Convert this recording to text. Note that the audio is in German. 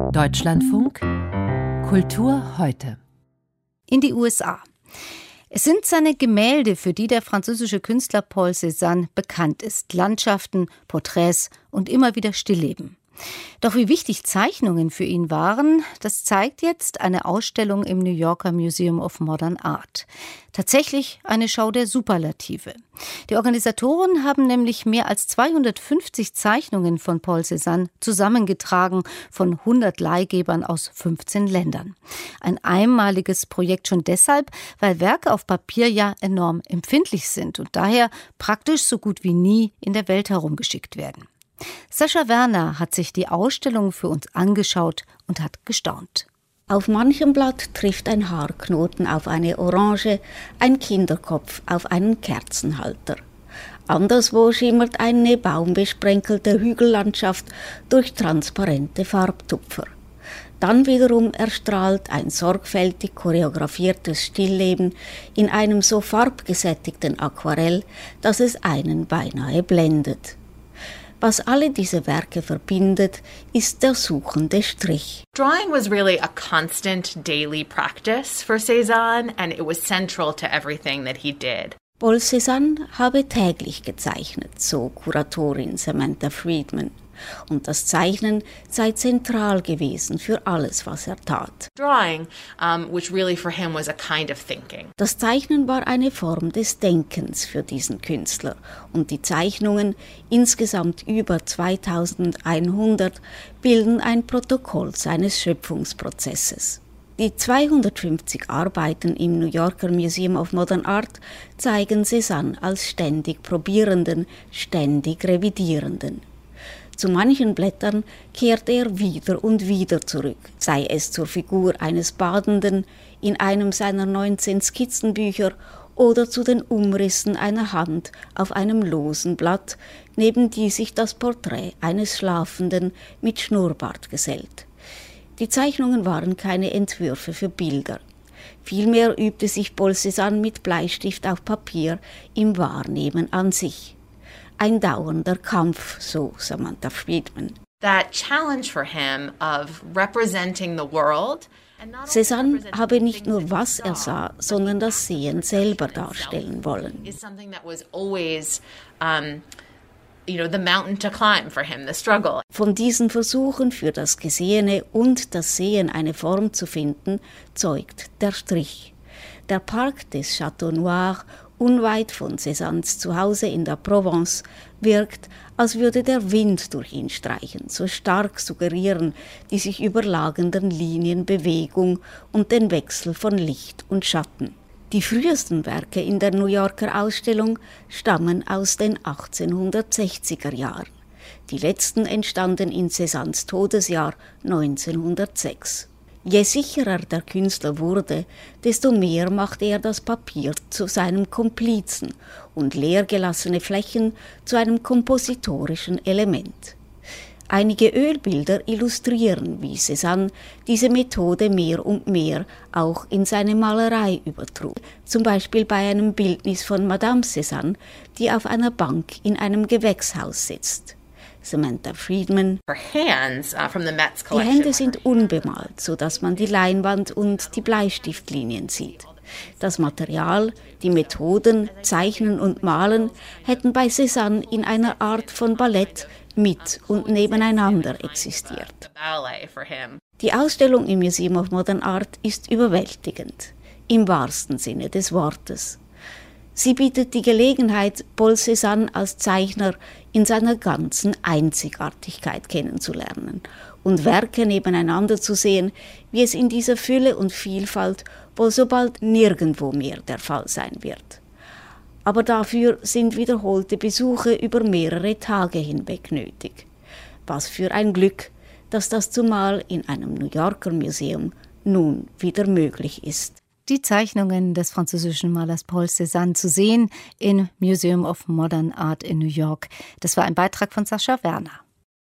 Deutschlandfunk Kultur heute. In die USA. Es sind seine Gemälde, für die der französische Künstler Paul Cézanne bekannt ist. Landschaften, Porträts und immer wieder Stillleben. Doch wie wichtig Zeichnungen für ihn waren, das zeigt jetzt eine Ausstellung im New Yorker Museum of Modern Art. Tatsächlich eine Schau der Superlative. Die Organisatoren haben nämlich mehr als 250 Zeichnungen von Paul Cézanne zusammengetragen von 100 Leihgebern aus 15 Ländern. Ein einmaliges Projekt schon deshalb, weil Werke auf Papier ja enorm empfindlich sind und daher praktisch so gut wie nie in der Welt herumgeschickt werden. Sascha Werner hat sich die Ausstellung für uns angeschaut und hat gestaunt. Auf manchem Blatt trifft ein Haarknoten auf eine Orange, ein Kinderkopf auf einen Kerzenhalter. Anderswo schimmert eine baumbesprenkelte Hügellandschaft durch transparente Farbtupfer. Dann wiederum erstrahlt ein sorgfältig choreografiertes Stillleben in einem so farbgesättigten Aquarell, dass es einen beinahe blendet. Was alle diese Werke verbindet, ist der suchende Strich. Drawing was really a constant daily practice for Cézanne and it was central to everything that he did. Paul Cézanne habe täglich gezeichnet, so Kuratorin Samantha Friedman. Und das Zeichnen sei zentral gewesen für alles, was er tat. Drawing, which really for him was a kind of thinking. Das Zeichnen war eine Form des Denkens für diesen Künstler und die Zeichnungen, insgesamt über 2100, bilden ein Protokoll seines Schöpfungsprozesses. Die 250 Arbeiten im New Yorker Museum of Modern Art zeigen Cézanne als ständig Probierenden, ständig Revidierenden. Zu manchen Blättern kehrt er wieder und wieder zurück, sei es zur Figur eines Badenden in einem seiner 19 Skizzenbücher oder zu den Umrissen einer Hand auf einem losen Blatt, neben die sich das Porträt eines Schlafenden mit Schnurrbart gesellt. Die Zeichnungen waren keine Entwürfe für Bilder. Vielmehr übte sich Paul Cézanne mit Bleistift auf Papier im Wahrnehmen an sich. Ein dauernder Kampf, so Samantha Friedman. That challenge for him of representing the world. Cézanne habe nicht nur, was er sah, sondern das Sehen selber darstellen wollen. Is something that was always, the mountain to climb for him, the struggle. Von diesen Versuchen, für das Gesehene und das Sehen eine Form zu finden, zeugt der Strich. Der Park des Château Noir, unweit von Cézannes Zuhause in der Provence, wirkt, als würde der Wind durch ihn streichen, so stark suggerieren die sich überlagenden Linien Bewegung und den Wechsel von Licht und Schatten. Die frühesten Werke in der New Yorker Ausstellung stammen aus den 1860er Jahren. Die letzten entstanden in Cézannes Todesjahr 1906. Je sicherer der Künstler wurde, desto mehr machte er das Papier zu seinem Komplizen und leergelassene Flächen zu einem kompositorischen Element. Einige Ölbilder illustrieren, wie Cézanne diese Methode mehr und mehr auch in seine Malerei übertrug. Zum Beispiel bei einem Bildnis von Madame Cézanne, die auf einer Bank in einem Gewächshaus sitzt. Samantha Friedman. Die Hände sind unbemalt, sodass man die Leinwand und die Bleistiftlinien sieht. Das Material, die Methoden, Zeichnen und Malen hätten bei Cézanne in einer Art von Ballett mit und nebeneinander existiert. Die Ausstellung im Museum of Modern Art ist überwältigend, im wahrsten Sinne des Wortes. Sie bietet die Gelegenheit, Paul Cézanne als Zeichner in seiner ganzen Einzigartigkeit kennenzulernen und Werke nebeneinander zu sehen, wie es in dieser Fülle und Vielfalt wohl so bald nirgendwo mehr der Fall sein wird. Aber dafür sind wiederholte Besuche über mehrere Tage hinweg nötig. Was für ein Glück, dass das zumal in einem New Yorker Museum nun wieder möglich ist. Die Zeichnungen des französischen Malers Paul Cézanne zu sehen im Museum of Modern Art in New York. Das war ein Beitrag von Sascha Werner.